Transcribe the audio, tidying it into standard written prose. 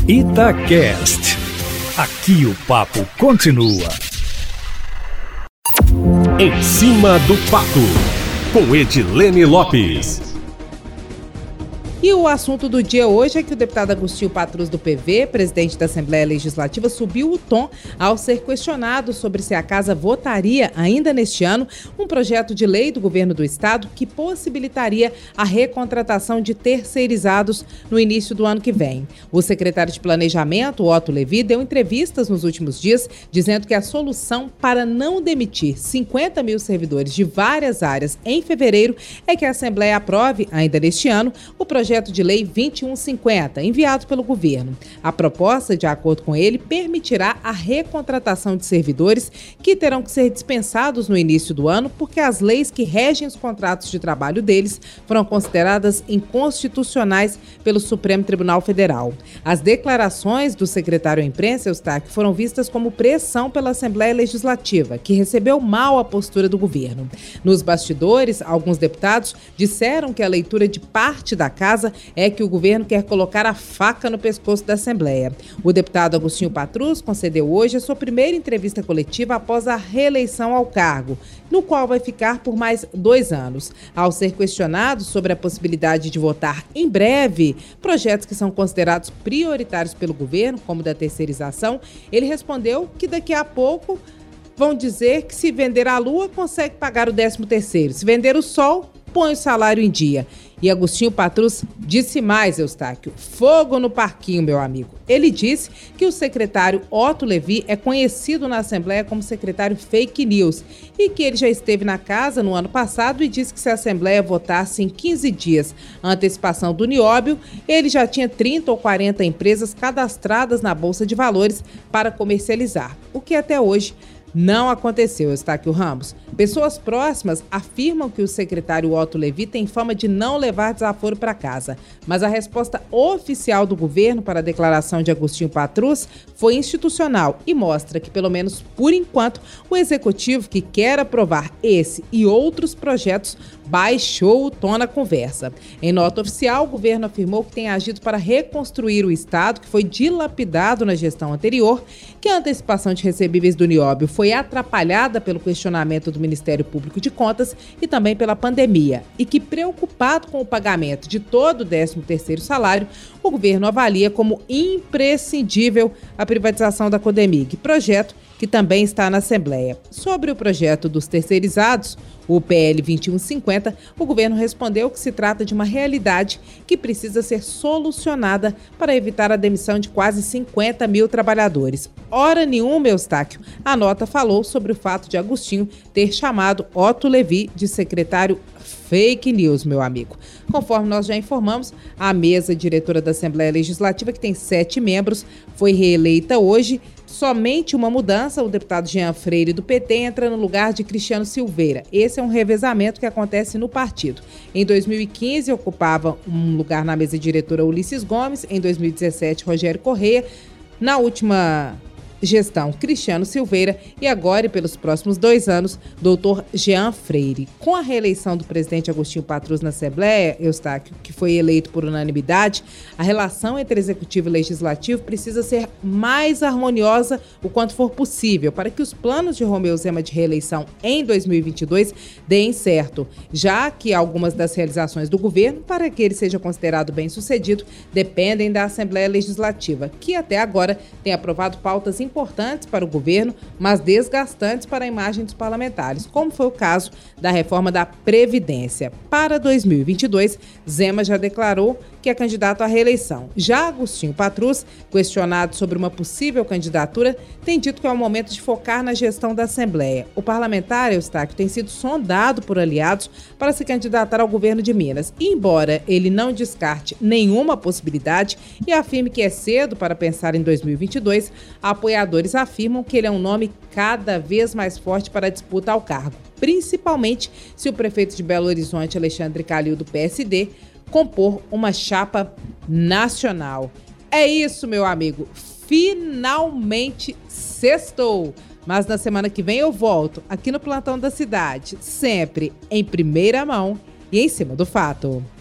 Itacast. Aqui o papo continua. Em cima do papo, com Edilene Lopes. E o assunto do dia hoje é que o deputado Agostinho Patrus do PV, presidente da Assembleia Legislativa, subiu o tom ao ser questionado sobre se a Casa votaria, ainda neste ano, um projeto de lei do governo do estado que possibilitaria a recontratação de terceirizados no início do ano que vem. O secretário de Planejamento, Otto Levi, deu entrevistas nos últimos dias dizendo que a solução para não demitir 50 mil servidores de várias áreas em fevereiro é que a Assembleia aprove, ainda neste ano, o projeto de lei 2150, enviado pelo governo. A proposta, de acordo com ele, permitirá a recontratação de servidores que terão que ser dispensados no início do ano porque as leis que regem os contratos de trabalho deles foram consideradas inconstitucionais pelo Supremo Tribunal Federal. As declarações do secretário à imprensa, Eustáquio, foram vistas como pressão pela Assembleia Legislativa, que recebeu mal a postura do governo. Nos bastidores, alguns deputados disseram que a leitura de parte da casa é que o governo quer colocar a faca no pescoço da Assembleia. O deputado Agostinho Patrus concedeu hoje a sua primeira entrevista coletiva após a reeleição ao cargo, no qual vai ficar por mais 2 anos. Ao ser questionado sobre a possibilidade de votar em breve projetos que são considerados prioritários pelo governo, como o da terceirização, ele respondeu que daqui a pouco vão dizer que se vender a lua consegue pagar o 13º, se vender o sol põe o salário em dia. E Agostinho Patrus disse mais, Eustáquio: fogo no parquinho, meu amigo. Ele disse que o secretário Otto Levi é conhecido na Assembleia como secretário fake news e que ele já esteve na casa no ano passado e disse que se a Assembleia votasse em 15 dias a antecipação do nióbio, ele já tinha 30 ou 40 empresas cadastradas na Bolsa de Valores para comercializar, o que até hoje não aconteceu, Eustáquio Ramos. Pessoas próximas afirmam que o secretário Otto Levi tem fama de não levar desaforo para casa. Mas a resposta oficial do governo para a declaração de Agostinho Patrus foi institucional e mostra que, pelo menos por enquanto, o executivo que quer aprovar esse e outros projetos baixou o tom na conversa. Em nota oficial, o governo afirmou que tem agido para reconstruir o Estado, que foi dilapidado na gestão anterior, que a antecipação de recebíveis do nióbio foi atrapalhada pelo questionamento do Ministério Público de Contas e também pela pandemia, e que, preocupado com o pagamento de todo o 13º salário, o governo avalia como imprescindível a privatização da Codemig, projeto que também está na Assembleia. Sobre o projeto dos terceirizados, o PL 2150, o governo respondeu que se trata de uma realidade que precisa ser solucionada para evitar a demissão de quase 50 mil trabalhadores. Hora nenhuma, Eustáquio, a nota falou sobre o fato de Agostinho ter chamado Otto Levi de secretário fake news, meu amigo. Conforme nós já informamos, a mesa diretora da Assembleia Legislativa, que tem 7 membros, foi reeleita hoje. Somente uma mudança: o deputado Jean Freire, do PT, entra no lugar de Cristiano Silveira. Esse é um revezamento que acontece no partido. Em 2015, ocupava um lugar na mesa diretora Ulisses Gomes, em 2017, Rogério Correia, na última gestão, Cristiano Silveira, e agora, e pelos próximos 2 anos, doutor Jean Freire. Com a reeleição do presidente Agostinho Patrus na Assembleia, Eustáquio, que foi eleito por unanimidade, a relação entre executivo e legislativo precisa ser mais harmoniosa o quanto for possível, para que os planos de Romeu Zema de reeleição em 2022 deem certo, já que algumas das realizações do governo, para que ele seja considerado bem-sucedido, dependem da Assembleia Legislativa, que até agora tem aprovado pautas importantes para o governo, mas desgastantes para a imagem dos parlamentares, como foi o caso da reforma da Previdência. Para 2022, Zema já declarou que é candidato à reeleição. Já Agostinho Patrus, questionado sobre uma possível candidatura, tem dito que é o momento de focar na gestão da Assembleia. O parlamentar, Eustáquio, tem sido sondado por aliados para se candidatar ao governo de Minas. E, embora ele não descarte nenhuma possibilidade e afirme que é cedo para pensar em 2022, apoiadores afirmam que ele é um nome cada vez mais forte para a disputa ao cargo, principalmente se o prefeito de Belo Horizonte, Alexandre Calil, do PSD, compor uma chapa nacional. É isso, meu amigo. Finalmente sextou. Mas na semana que vem eu volto aqui no Plantão da Cidade, sempre em primeira mão e em cima do fato.